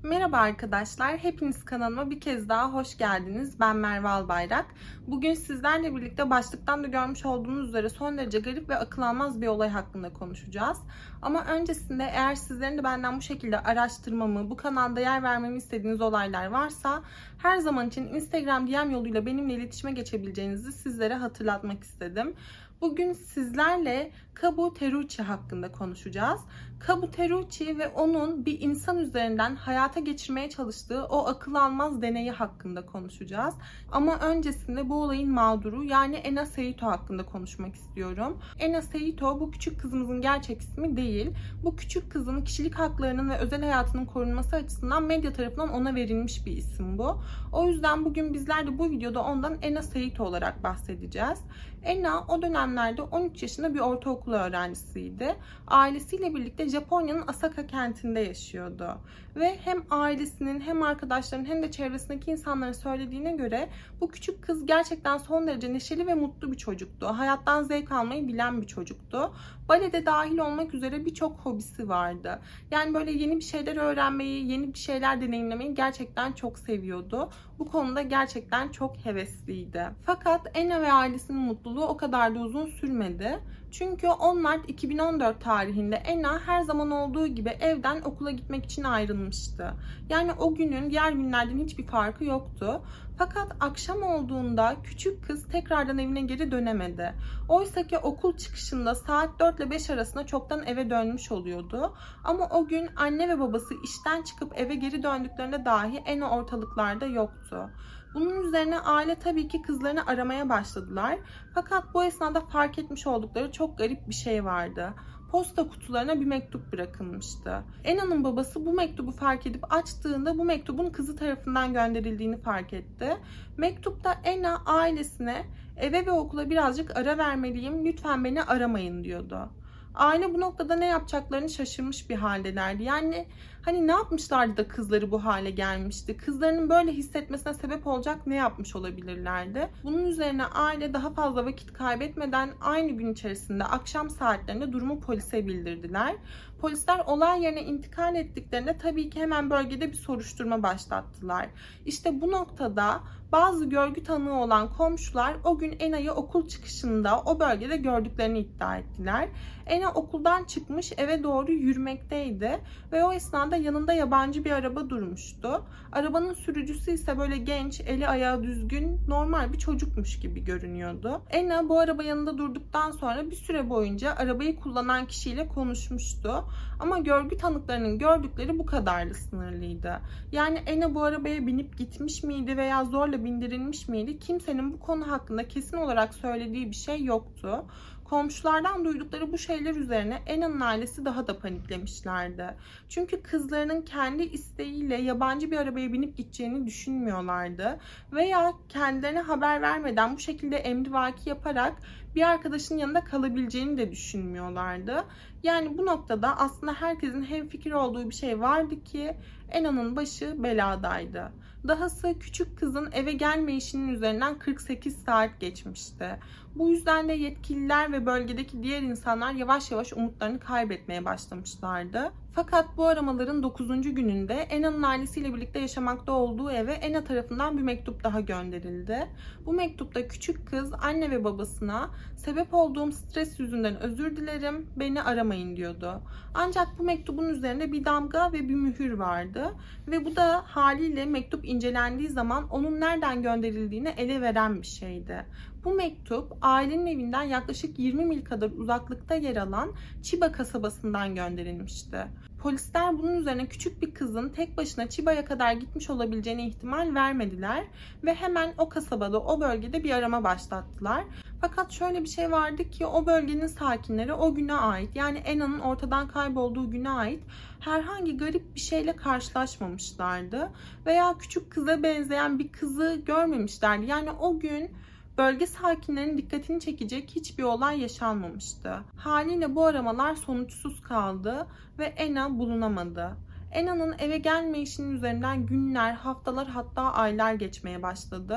Merhaba arkadaşlar, hepiniz kanalıma bir kez daha hoş geldiniz. Ben Merve Albayrak. Bugün sizlerle birlikte başlıktan da görmüş olduğunuz üzere son derece garip ve akıl almaz bir olay hakkında konuşacağız. Ama öncesinde eğer sizlerin de benden bu şekilde araştırmamı, bu kanalda yer vermemi istediğiniz olaylar varsa her zaman için Instagram DM yoluyla benimle iletişime geçebileceğinizi sizlere hatırlatmak istedim. Bugün sizlerle Kabu Teruchi hakkında konuşacağız. Kabu Teruchi ve onun bir insan üzerinden hayata geçirmeye çalıştığı o akıl almaz deneyi hakkında konuşacağız. Ama öncesinde bu olayın mağduru yani Ena Seito hakkında konuşmak istiyorum. Ena Seito bu küçük kızımızın gerçek ismi değil. Bu küçük kızın kişilik haklarının ve özel hayatının korunması açısından medya tarafından ona verilmiş bir isim bu. O yüzden bugün bizler de bu videoda ondan Ena Seito olarak bahsedeceğiz. Ena o dönemlerde 13 yaşında bir ortaokul öğrencisiydi. Ailesiyle birlikte Japonya'nın Asaka kentinde yaşıyordu. Ve hem ailesinin hem arkadaşlarının hem de çevresindeki insanların söylediğine göre bu küçük kız gerçekten son derece neşeli ve mutlu bir çocuktu. Hayattan zevk almayı bilen bir çocuktu. Balede dahil olmak üzere birçok hobisi vardı. Yani böyle yeni bir şeyler öğrenmeyi, yeni bir şeyler deneyimlemeyi gerçekten çok seviyordu. Bu konuda gerçekten çok hevesliydi. Fakat Ena ve ailesinin mutluluğu o kadar da uzun sürmedi. Çünkü 10 Mart 2014 tarihinde Ena her zaman olduğu gibi evden okula gitmek için ayrılmıştı. Yani o günün diğer günlerden hiçbir farkı yoktu. Fakat akşam olduğunda küçük kız tekrardan evine geri dönemedi. Oysa ki okul çıkışında saat 4 ile 5 arasında çoktan eve dönmüş oluyordu. Ama o gün anne ve babası işten çıkıp eve geri döndüklerinde dahi Ena ortalıklarda yoktu. Bunun üzerine aile tabii ki kızlarını aramaya başladılar. Fakat bu esnada fark etmiş oldukları çok garip bir şey vardı. Posta kutularına bir mektup bırakılmıştı. Ena'nın babası bu mektubu fark edip açtığında bu mektubun kızı tarafından gönderildiğini fark etti. Mektupta Ena ailesine eve ve okula birazcık ara vermeliyim, lütfen beni aramayın diyordu. Aile bu noktada ne yapacaklarını şaşırmış bir haldelerdi. Yani hani ne yapmışlardı da kızları bu hale gelmişti? Kızlarının böyle hissetmesine sebep olacak ne yapmış olabilirlerdi? Bunun üzerine aile daha fazla vakit kaybetmeden aynı gün içerisinde akşam saatlerinde durumu polise bildirdiler. Polisler olay yerine intikal ettiklerinde tabii ki hemen bölgede bir soruşturma başlattılar. İşte bu noktada bazı görgü tanığı olan komşular o gün Ena'yı okul çıkışında o bölgede gördüklerini iddia ettiler. Ena okuldan çıkmış eve doğru yürümekteydi ve o esnada yanında yabancı bir araba durmuştu. Arabanın sürücüsü ise böyle genç, eli ayağı düzgün, normal bir çocukmuş gibi görünüyordu. Ena bu araba yanında durduktan sonra bir süre boyunca arabayı kullanan kişiyle konuşmuştu. Ama görgü tanıklarının gördükleri bu kadarla sınırlıydı. Yani Ena bu arabaya binip gitmiş miydi veya zorla bindirilmiş miydi? Kimsenin bu konu hakkında kesin olarak söylediği bir şey yoktu. Komşulardan duydukları bu şeyler üzerine Ena'nın ailesi daha da paniklemişlerdi. Çünkü kızlarının kendi isteğiyle yabancı bir arabaya binip gideceğini düşünmüyorlardı. Veya kendilerine haber vermeden bu şekilde emrivaki yaparak bir arkadaşının yanında kalabileceğini de düşünmüyorlardı. Yani bu noktada aslında herkesin hemfikir olduğu bir şey vardı ki Ena'nın başı beladaydı. Dahası küçük kızın eve gelmeyişinin üzerinden 48 saat geçmişti. Bu yüzden de yetkililer ve bölgedeki diğer insanlar yavaş yavaş umutlarını kaybetmeye başlamışlardı. Fakat bu aramaların 9. gününde Ena'nın ailesiyle birlikte yaşamakta olduğu eve Ena tarafından bir mektup daha gönderildi. Bu mektupta küçük kız anne ve babasına sebep olduğum stres yüzünden özür dilerim, beni aramayın diyordu. Ancak bu mektubun üzerinde bir damga ve bir mühür vardı ve bu da haliyle mektup incelendiği zaman onun nereden gönderildiğini ele veren bir şeydi. Bu mektup ailenin evinden yaklaşık 20 mil kadar uzaklıkta yer alan Chiba kasabasından gönderilmişti. Polisler bunun üzerine küçük bir kızın tek başına Chiba'ya kadar gitmiş olabileceğine ihtimal vermediler ve hemen o kasabada, o bölgede bir arama başlattılar. Fakat şöyle bir şey vardı ki o bölgenin sakinleri o güne ait, yani Ena'nın ortadan kaybolduğu güne ait herhangi garip bir şeyle karşılaşmamışlardı veya küçük kıza benzeyen bir kızı görmemişlerdi. Yani o gün bölge sakinlerinin dikkatini çekecek hiçbir olay yaşanmamıştı. Haliyle bu aramalar sonuçsuz kaldı ve Ena bulunamadı. Ena'nın eve gelmeyişinin üzerinden günler, haftalar hatta aylar geçmeye başladı.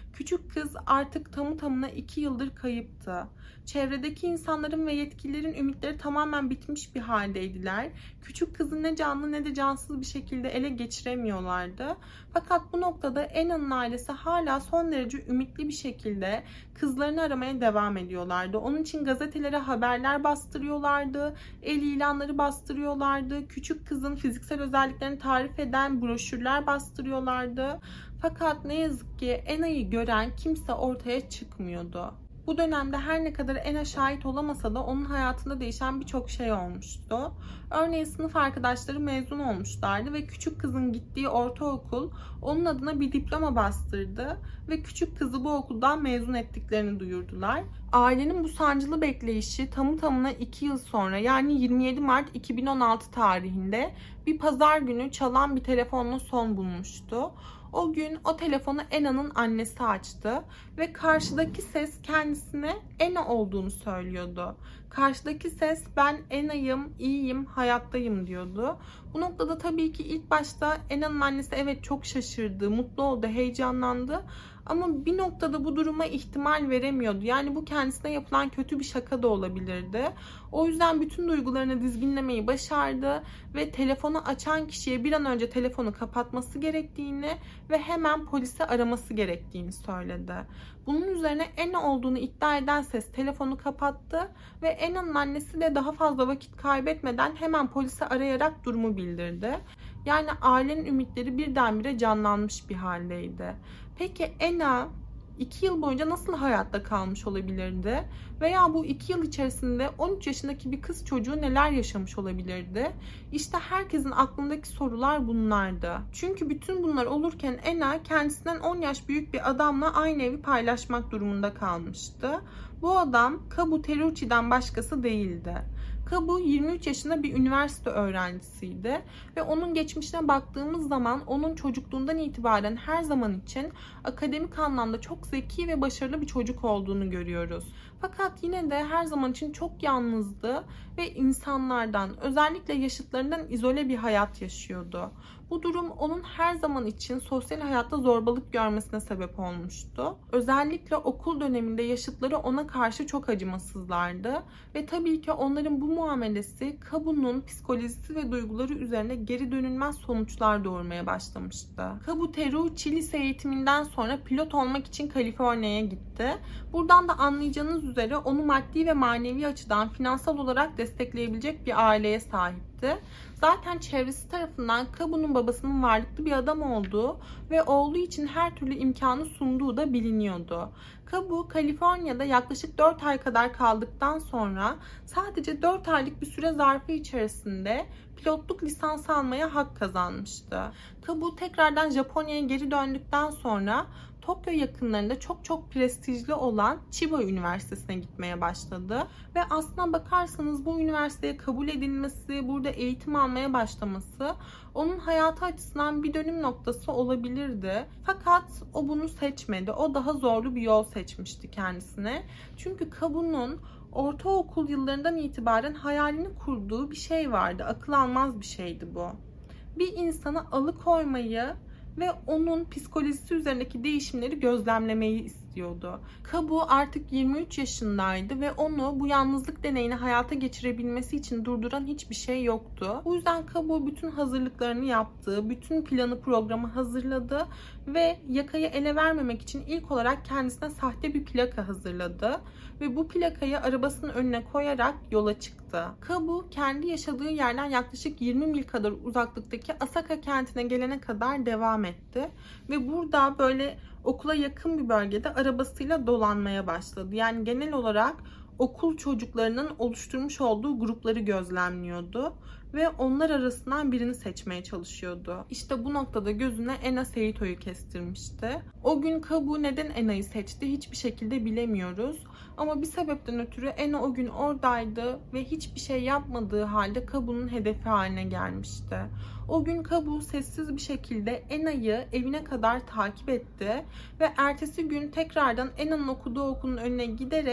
Küçük kız artık tamı tamına 2 yıldır kayıptı. Çevredeki insanların ve yetkililerin ümitleri tamamen bitmiş bir haldeydiler. Küçük kızı ne canlı ne de cansız bir şekilde ele geçiremiyorlardı. Fakat bu noktada Anna'nın ailesi hala son derece ümitli bir şekilde kızlarını aramaya devam ediyorlardı. Onun için gazetelere haberler bastırıyorlardı, el ilanları bastırıyorlardı, küçük kızın fiziksel özelliklerini tarif eden broşürler bastırıyorlardı. Fakat ne yazık ki Anna'yı gören kimse ortaya çıkmıyordu. Bu dönemde her ne kadar Anna şahit olamasa da onun hayatında değişen birçok şey olmuştu. Örneğin sınıf arkadaşları mezun olmuşlardı ve küçük kızın gittiği ortaokul onun adına bir diploma bastırdı ve küçük kızı bu okuldan mezun ettiklerini duyurdular. Ailenin bu sancılı bekleyişi tamı tamına 2 yıl sonra, yani 27 Mart 2016 tarihinde bir pazar günü çalan bir telefonla son bulmuştu. O gün o telefonu Anna'nın annesi açtı ve karşıdaki ses kendisine Anna olduğunu söylüyordu. Karşıdaki ses ben Anna'yım, iyiyim, hayattayım diyordu. Bu noktada tabii ki ilk başta Anna'nın annesi evet çok şaşırdı, mutlu oldu, heyecanlandı. Ama bir noktada bu duruma ihtimal veremiyordu. Yani bu kendisine yapılan kötü bir şaka da olabilirdi. O yüzden bütün duygularını dizginlemeyi başardı ve telefonu açan kişiye bir an önce telefonu kapatması gerektiğini ve hemen polisi araması gerektiğini söyledi. Bunun üzerine Anna olduğunu iddia eden ses telefonu kapattı ve Anna'nın annesi de daha fazla vakit kaybetmeden hemen polisi arayarak durumu bildirdi. Yani ailenin ümitleri birdenbire canlanmış bir haldeydi. Peki Anna 2 yıl boyunca nasıl hayatta kalmış olabilirdi? Veya bu 2 yıl içerisinde 13 yaşındaki bir kız çocuğu neler yaşamış olabilirdi? İşte herkesin aklındaki sorular bunlardı. Çünkü bütün bunlar olurken Anna kendisinden 10 yaş büyük bir adamla aynı evi paylaşmak durumunda kalmıştı. Bu adam Kabu Teruchi'den başkası değildi. Kabu 23 yaşında bir üniversite öğrencisiydi ve onun geçmişine baktığımız zaman onun çocukluğundan itibaren her zaman için akademik anlamda çok zeki ve başarılı bir çocuk olduğunu görüyoruz. Fakat yine de her zaman için çok yalnızdı ve insanlardan, özellikle yaşıtlarından izole bir hayat yaşıyordu. Bu durum onun her zaman için sosyal hayatta zorbalık görmesine sebep olmuştu. Özellikle okul döneminde yaşıtları ona karşı çok acımasızlardı ve tabii ki onların bu muamelesi Kabu'nun psikolojisi ve duyguları üzerine geri dönülmez sonuçlar doğurmaya başlamıştı. Kabu Teruchi lise eğitiminden sonra pilot olmak için Kaliforniya'ya gitti. Buradan da anlayacağınız üzere onu maddi ve manevi açıdan finansal olarak destekleyebilecek bir aileye sahipti. Zaten çevresi tarafından Kabu'nun babasının varlıklı bir adam olduğu ve oğlu için her türlü imkanı sunduğu da biliniyordu. Kabu, Kaliforniya'da yaklaşık 4 ay kadar kaldıktan sonra sadece 4 aylık bir süre zarfı içerisinde pilotluk lisansı almaya hak kazanmıştı. Kabu tekrardan Japonya'ya geri döndükten sonra Tokyo yakınlarında çok prestijli olan Chiba Üniversitesi'ne gitmeye başladı. Ve aslına bakarsanız bu üniversiteye kabul edilmesi, burada eğitim almaya başlaması onun hayatı açısından bir dönüm noktası olabilirdi. Fakat o bunu seçmedi. O daha zorlu bir yol seçmişti kendisine. Çünkü Kabu'nun ortaokul yıllarından itibaren hayalini kurduğu bir şey vardı. Akıl almaz bir şeydi bu. Bir insanı alıkoymayı ve onun psikolojisi üzerindeki değişimleri gözlemlemeyi istiyordu. Kabu artık 23 yaşındaydı ve onu bu yalnızlık deneyini hayata geçirebilmesi için durduran hiçbir şey yoktu. Bu yüzden Kabu bütün hazırlıklarını yaptı, bütün planı programı hazırladı ve yakayı ele vermemek için ilk olarak kendisine sahte bir plaka hazırladı ve bu plakayı arabasının önüne koyarak yola çıktı. Kabu kendi yaşadığı yerden yaklaşık 20 mil kadar uzaklıktaki Asaka kentine gelene kadar devam etti ve burada böyle okula yakın bir bölgede arabasıyla dolanmaya başladı. Yani genel olarak okul çocuklarının oluşturmuş olduğu grupları gözlemliyordu ve onlar arasından birini seçmeye çalışıyordu. İşte bu noktada gözüne Anna Seito'yu kestirmişti. O gün Kabu neden Anna'yı seçti hiçbir şekilde bilemiyoruz. Ama bir sebepten ötürü Anna o gün oradaydı ve hiçbir şey yapmadığı halde Kabu'nun hedefi haline gelmişti. O gün Kabu sessiz bir şekilde Anna'yı evine kadar takip etti ve ertesi gün tekrardan Anna'nın okuduğu okulun önüne giderek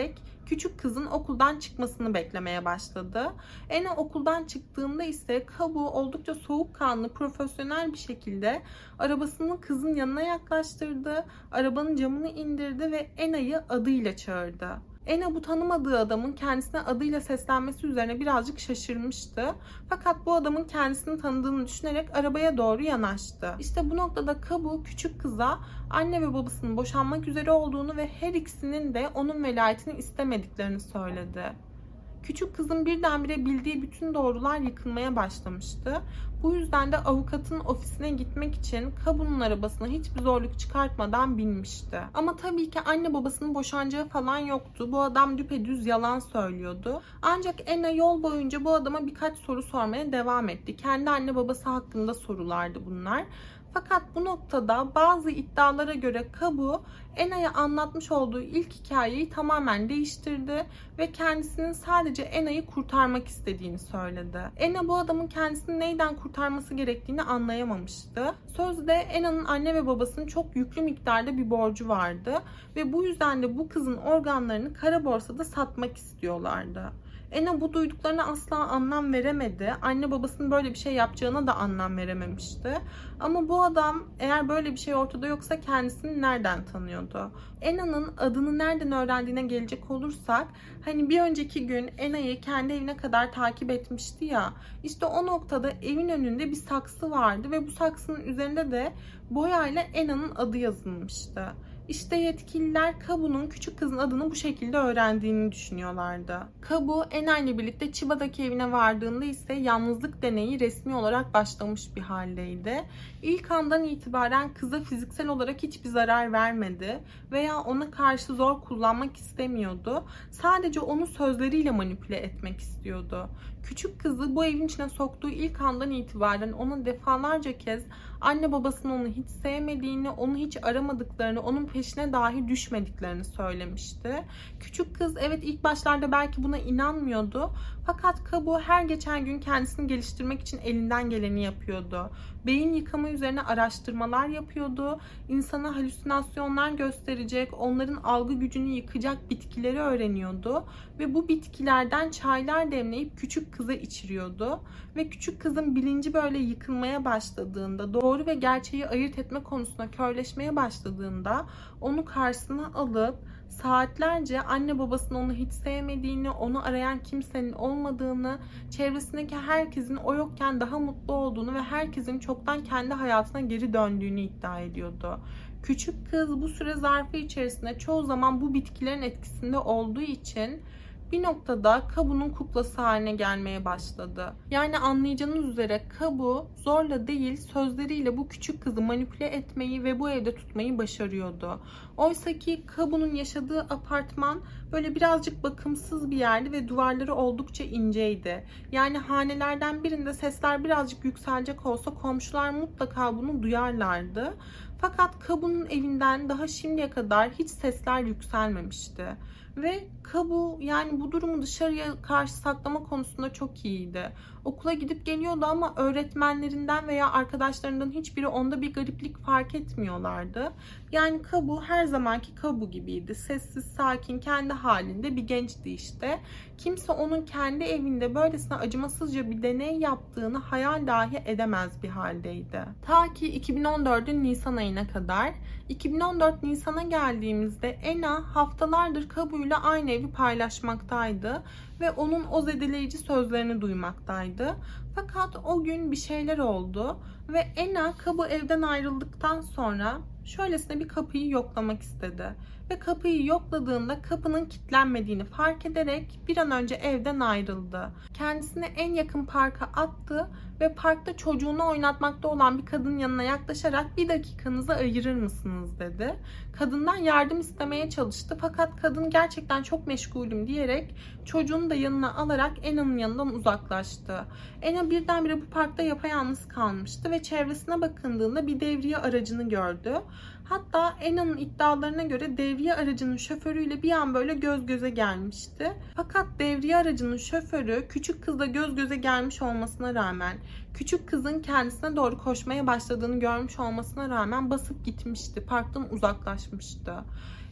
küçük kızın okuldan çıkmasını beklemeye başladı. Anna okuldan çıktığında ise Kabu oldukça soğukkanlı, profesyonel bir şekilde arabasını kızın yanına yaklaştırdı, arabanın camını indirdi ve Anna'yı adıyla çağırdı. Anna bu tanımadığı adamın kendisine adıyla seslenmesi üzerine birazcık şaşırmıştı. Fakat bu adamın kendisini tanıdığını düşünerek arabaya doğru yanaştı. İşte bu noktada Kabu küçük kıza anne ve babasının boşanmak üzere olduğunu ve her ikisinin de onun velayetini istemediklerini söyledi. Küçük kızın birdenbire bildiği bütün doğrular yıkılmaya başlamıştı. Bu yüzden de avukatın ofisine gitmek için Kabu'nun arabasına hiçbir zorluk çıkartmadan binmişti. Ama tabii ki anne babasının boşanacağı falan yoktu. Bu adam düpedüz yalan söylüyordu. Ancak Anna yol boyunca bu adama birkaç soru sormaya devam etti. Kendi anne babası hakkında sorulardı bunlar. Fakat bu noktada bazı iddialara göre Kabu, Anna'ya anlatmış olduğu ilk hikayeyi tamamen değiştirdi ve kendisinin sadece Anna'yı kurtarmak istediğini söyledi. Anna bu adamın kendisini neyden kurtarması gerektiğini anlayamamıştı. Sözde Anna'nın anne ve babasının çok yüklü miktarda bir borcu vardı ve bu yüzden de bu kızın organlarını kara borsada satmak istiyorlardı. Anna bu duyduklarına asla anlam veremedi. Anne babasının böyle bir şey yapacağına da anlam verememişti. Ama bu adam eğer böyle bir şey ortada yoksa kendisini nereden tanıyordu? Anna'nın adını nereden öğrendiğine gelecek olursak, hani bir önceki gün Anna'yı kendi evine kadar takip etmişti ya, işte o noktada evin önünde bir saksı vardı ve bu saksının üzerinde de boyayla Anna'nın adı yazılmıştı. İşte yetkililer Kabu'nun küçük kızın adını bu şekilde öğrendiğini düşünüyorlardı. Kabu, Anna ile birlikte Chiba'daki evine vardığında ise yalnızlık deneyi resmi olarak başlamış bir haldeydi. İlk andan itibaren kıza fiziksel olarak hiçbir zarar vermedi veya ona karşı zor kullanmak istemiyordu. Sadece onu sözleriyle manipüle etmek istiyordu. Küçük kızı bu evin içine soktuğu ilk andan itibaren ona defalarca kez anne babasının onu hiç sevmediğini, onu hiç aramadıklarını, onun peşine dahi düşmediklerini söylemişti. Küçük kız evet ilk başlarda belki buna inanmıyordu. Fakat Kabu her geçen gün kendisini geliştirmek için elinden geleni yapıyordu. Beyin yıkama üzerine araştırmalar yapıyordu. İnsana halüsinasyonlar gösterecek, onların algı gücünü yıkacak bitkileri öğreniyordu. Ve bu bitkilerden çaylar demleyip küçük kıza içiriyordu. Ve küçük kızın bilinci böyle yıkılmaya başladığında, doğru ve gerçeği ayırt etme konusunda körleşmeye başladığında onu karşısına alıp saatlerce anne babasının onu hiç sevmediğini, onu arayan kimsenin olmadığını, çevresindeki herkesin o yokken daha mutlu olduğunu ve herkesin çoktan kendi hayatına geri döndüğünü iddia ediyordu. Küçük kız bu süre zarfı içerisinde çoğu zaman bu bitkilerin etkisinde olduğu için bir noktada Kabu'nun kuklası haline gelmeye başladı. Yani anlayacağınız üzere Kabu zorla değil sözleriyle bu küçük kızı manipüle etmeyi ve bu evde tutmayı başarıyordu. Oysa ki Kabu'nun yaşadığı apartman böyle birazcık bakımsız bir yerdi ve duvarları oldukça inceydi. Yani hanelerden birinde sesler birazcık yükselecek olsa komşular mutlaka bunu duyarlardı. Fakat Kabu'nun evinden daha şimdiye kadar hiç sesler yükselmemişti. Ve Kabu yani bu durumu dışarıya karşı saklama konusunda çok iyiydi. Okula gidip geliyordu ama öğretmenlerinden veya arkadaşlarından hiçbiri onda bir gariplik fark etmiyorlardı. Yani Kabu her zamanki Kabu gibiydi. Sessiz, sakin, kendi halinde bir gençti işte. Kimse onun kendi evinde böylesine acımasızca bir deney yaptığını hayal dahi edemez bir haldeydi. Ta ki 2014'ün Nisan ayına kadar. 2014 Nisan'a geldiğimizde Anna haftalardır Kabu'yla aynı evi paylaşmaktaydı ve onun o zedeleyici sözlerini duymaktaydı. Fakat o gün bir şeyler oldu ve Anna Kabu evden ayrıldıktan sonra şöylesine bir kapıyı yoklamak istedi. Ve kapıyı yokladığında kapının kilitlenmediğini fark ederek bir an önce evden ayrıldı. Kendisini en yakın parka attı ve parkta çocuğunu oynatmakta olan bir kadının yanına yaklaşarak "Bir dakikanızı ayırır mısınız?" dedi. Kadından yardım istemeye çalıştı fakat kadın gerçekten çok meşgulüm diyerek çocuğunu da yanına alarak Anna'nın yanından uzaklaştı. Anna birdenbire bu parkta yapayalnız kalmıştı ve çevresine bakındığında bir devriye aracını gördü. Hatta Anna'nın iddialarına göre devriye aracının şoförüyle bir an böyle göz göze gelmişti. Fakat devriye aracının şoförü küçük kızla göz göze gelmiş olmasına rağmen, küçük kızın kendisine doğru koşmaya başladığını görmüş olmasına rağmen basıp gitmişti. Parktan uzaklaşmıştı.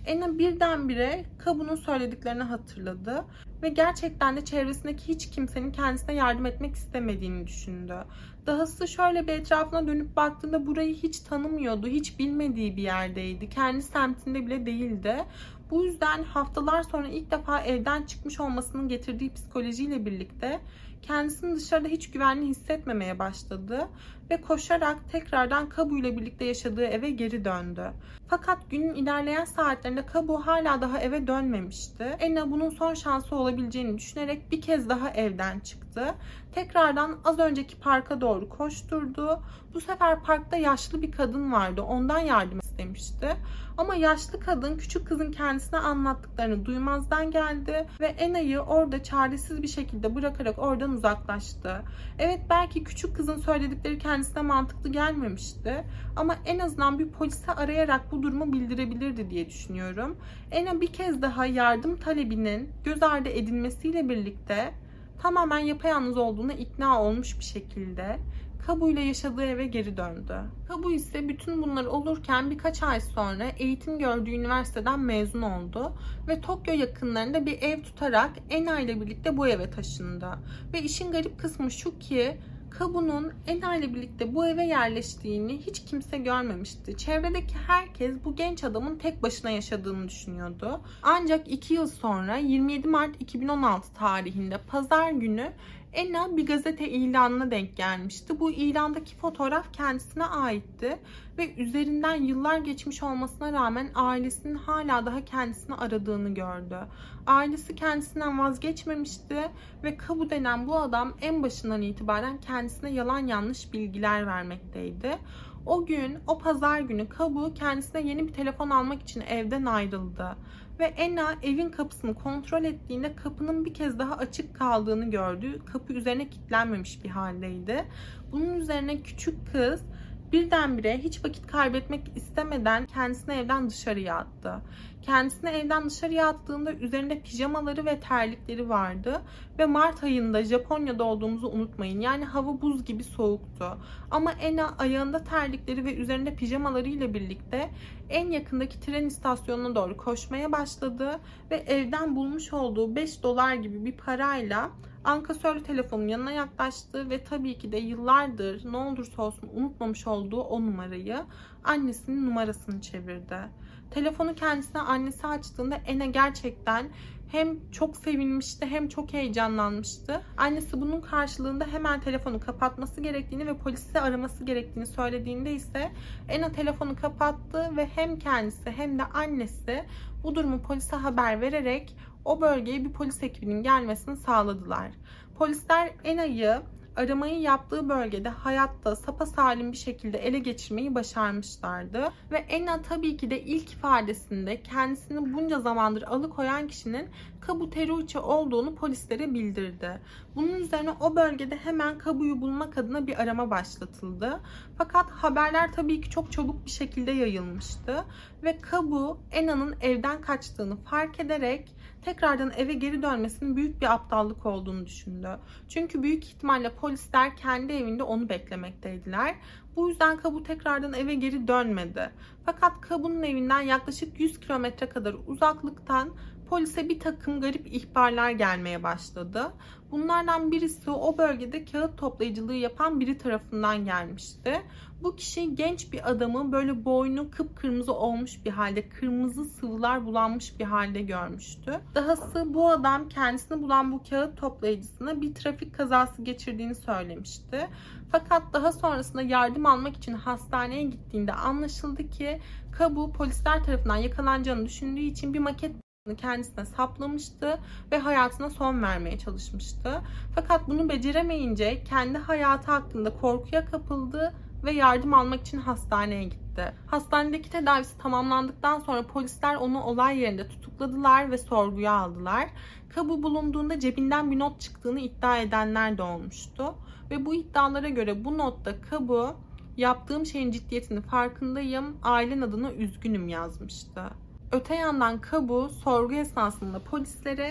Ena birdenbire Kabu'nun söylediklerini hatırladı ve gerçekten de çevresindeki hiç kimsenin kendisine yardım etmek istemediğini düşündü. Dahası şöyle bir etrafına dönüp baktığında burayı hiç tanımıyordu, hiç bilmediği bir yerdeydi, kendi semtinde bile değildi. Bu yüzden haftalar sonra ilk defa evden çıkmış olmasının getirdiği psikolojiyle birlikte kendisini dışarıda hiç güvenli hissetmemeye başladı ve koşarak tekrardan Kabu ile birlikte yaşadığı eve geri döndü. Fakat günün ilerleyen saatlerinde Kabu hala daha eve dönmemişti. Ena bunun son şansı olabileceğini düşünerek bir kez daha evden çıktı. Tekrardan az önceki parka doğru koşturdu. Bu sefer parkta yaşlı bir kadın vardı. Ondan yardım istemişti. Ama yaşlı kadın küçük kızın kendisine anlattıklarını duymazdan geldi ve Ena'yı orada çaresiz bir şekilde bırakarak oradan uzaklaştı. Evet, belki küçük kızın söyledikleri kendisine mantıklı gelmemişti ama en azından bir polise arayarak bu durumu bildirebilirdi diye düşünüyorum. Ena bir kez daha yardım talebinin göz ardı edilmesiyle birlikte tamamen yapayalnız olduğuna ikna olmuş bir şekilde Kabu ile yaşadığı eve geri döndü. Kabu ise bütün bunlar olurken birkaç ay sonra eğitim gördüğü üniversiteden mezun oldu ve Tokyo yakınlarında bir ev tutarak Ena ile birlikte bu eve taşındı. Ve işin garip kısmı şu ki Kabu'nun Ena ile birlikte bu eve yerleştiğini hiç kimse görmemişti. Çevredeki herkes bu genç adamın tek başına yaşadığını düşünüyordu. Ancak 2 yıl sonra 27 Mart 2016 tarihinde pazar günü Ena bir gazete ilanına denk gelmişti. Bu ilandaki fotoğraf kendisine aitti ve üzerinden yıllar geçmiş olmasına rağmen ailesinin hala daha kendisini aradığını gördü. Ailesi kendisinden vazgeçmemişti ve Kabu denen bu adam en başından itibaren kendisine yalan yanlış bilgiler vermekteydi. O gün, o pazar günü Kabu kendisine yeni bir telefon almak için evden ayrıldı. Ve Ena evin kapısını kontrol ettiğinde kapının bir kez daha açık kaldığını gördü. Kapı üzerine kilitlenmemiş bir haldeydi. Bunun üzerine küçük kız birdenbire hiç vakit kaybetmek istemeden kendisini evden dışarıya attı. Kendisini evden dışarıya attığında üzerinde pijamaları ve terlikleri vardı. Ve Mart ayında Japonya'da olduğumuzu unutmayın. Yani hava buz gibi soğuktu. Ama Ena ayağında terlikleri ve üzerinde pijamaları ile birlikte en yakındaki tren istasyonuna doğru koşmaya başladı. Ve evden bulmuş olduğu 5 dolar gibi bir parayla ankasörlü telefonun yanına yaklaştı ve tabii ki de yıllardır ne olursa olsun unutmamış olduğu o numarayı, annesinin numarasını çevirdi. Telefonu kendisine annesi açtığında Ena gerçekten hem çok sevinmişti hem çok heyecanlanmıştı. Annesi bunun karşılığında hemen telefonu kapatması gerektiğini ve polisi araması gerektiğini söylediğinde ise Ena telefonu kapattı ve hem kendisi hem de annesi bu durumu polise haber vererek o bölgeye bir polis ekibinin gelmesini sağladılar. Polisler Ena'yı aramayı yaptığı bölgede hayatta sapasalim bir şekilde ele geçirmeyi başarmışlardı. Ve Ena tabii ki de ilk ifadesinde kendisini bunca zamandır alıkoyan kişinin Kabu Teruichi olduğunu polislere bildirdi. Bunun üzerine o bölgede hemen Kabu'yu bulmak adına bir arama başlatıldı. Fakat haberler tabii ki çok çabuk bir şekilde yayılmıştı. Ve Kabu Ena'nın evden kaçtığını fark ederek tekrardan eve geri dönmesinin büyük bir aptallık olduğunu düşündü. Çünkü büyük ihtimalle polisler kendi evinde onu beklemekteydiler. Bu yüzden Kabu tekrardan eve geri dönmedi. Fakat Kabu'nun evinden yaklaşık 100 kilometre kadar uzaklıktan polise bir takım garip ihbarlar gelmeye başladı. Bunlardan birisi o bölgede kağıt toplayıcılığı yapan biri tarafından gelmişti. Bu kişi genç bir adamı böyle boynu kıpkırmızı olmuş bir halde, kırmızı sıvılar bulanmış bir halde görmüştü. Dahası bu adam kendisini bulan bu kağıt toplayıcısına bir trafik kazası geçirdiğini söylemişti. Fakat daha sonrasında yardım almak için hastaneye gittiğinde anlaşıldı ki Kabu polisler tarafından yakalanacağını düşündüğü için bir maket kendisine saplamıştı ve hayatına son vermeye çalışmıştı. Fakat bunu beceremeyince kendi hayatı hakkında korkuya kapıldı ve yardım almak için hastaneye gitti. Hastanedeki tedavisi tamamlandıktan sonra polisler onu olay yerinde tutukladılar ve sorguya aldılar. Kabu bulunduğunda cebinden bir not çıktığını iddia edenler de olmuştu. Ve bu iddialara göre bu notta Kabu, yaptığım şeyin ciddiyetini farkındayım, ailen adına üzgünüm yazmıştı. Öte yandan Kabu sorgu esnasında polislere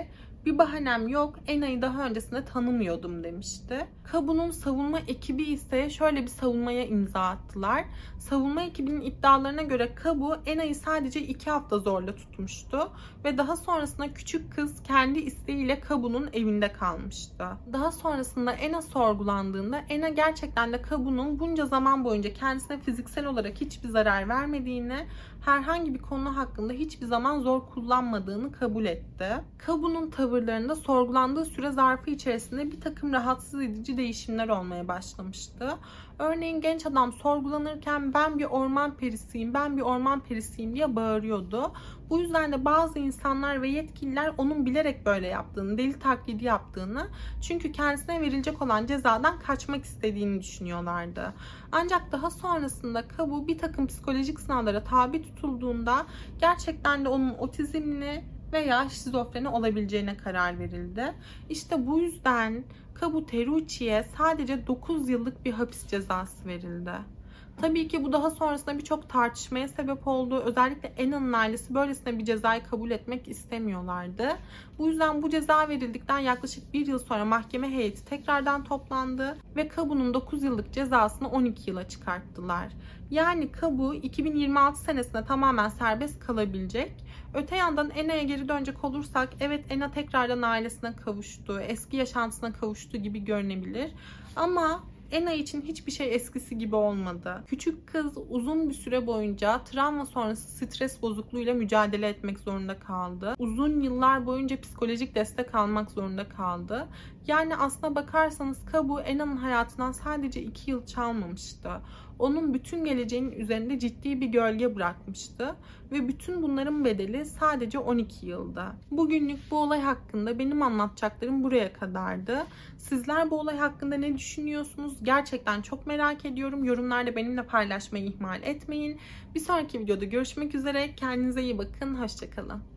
Bir bahanem yok, Ena'yı daha öncesinde tanımıyordum demişti. Kabu'nun savunma ekibi ise şöyle bir savunmaya imza attılar. Savunma ekibinin iddialarına göre Kabu, Ena'yı sadece 2 hafta zorla tutmuştu ve daha sonrasında küçük kız kendi isteğiyle Kabu'nun evinde kalmıştı. Daha sonrasında Ena sorgulandığında Ena gerçekten de Kabu'nun bunca zaman boyunca kendisine fiziksel olarak hiçbir zarar vermediğini, herhangi bir konu hakkında hiçbir zaman zor kullanmadığını kabul etti. Kabu'nun tavırlarında sorgulandığı süre zarfı içerisinde bir takım rahatsız edici değişimler olmaya başlamıştı. Örneğin genç adam sorgulanırken ben bir orman perisiyim, ben bir orman perisiyim diye bağırıyordu. Bu yüzden de bazı insanlar ve yetkililer onun bilerek böyle yaptığını, deli taklidi yaptığını, çünkü kendisine verilecek olan cezadan kaçmak istediğini düşünüyorlardı. Ancak daha sonrasında Kabu bir takım psikolojik sınavlara tabi tutulduğunda gerçekten de onun otizmli veya şizofreni olabileceğine karar verildi. İşte bu yüzden Kabu Teruchi'ye sadece 9 yıllık bir hapis cezası verildi. Tabii ki bu daha sonrasında birçok tartışmaya sebep oldu. Özellikle Ena'nın ailesi böylesine bir cezayı kabul etmek istemiyorlardı. Bu yüzden bu ceza verildikten yaklaşık 1 yıl sonra mahkeme heyeti tekrardan toplandı ve Kabu'nun 9 yıllık cezasını 12 yıla çıkarttılar. Yani Kabu 2026 senesinde tamamen serbest kalabilecek. Öte yandan Ena'ya geri dönecek olursak, evet, Ena tekrardan ailesine kavuştu, eski yaşantısına kavuştu gibi görünebilir. Ama Ena için hiçbir şey eskisi gibi olmadı. Küçük kız uzun bir süre boyunca travma sonrası stres bozukluğuyla mücadele etmek zorunda kaldı. Uzun yıllar boyunca psikolojik destek almak zorunda kaldı. Yani aslına bakarsanız Kabu Ena'nın hayatından sadece 2 yıl çalmamıştı. Onun bütün geleceğinin üzerinde ciddi bir gölge bırakmıştı. Ve bütün bunların bedeli sadece 12 yıldı. Bugünlük bu olay hakkında benim anlatacaklarım buraya kadardı. Sizler bu olay hakkında ne düşünüyorsunuz? Gerçekten çok merak ediyorum. Yorumlarda benimle paylaşmayı ihmal etmeyin. Bir sonraki videoda görüşmek üzere. Kendinize iyi bakın. Hoşça kalın.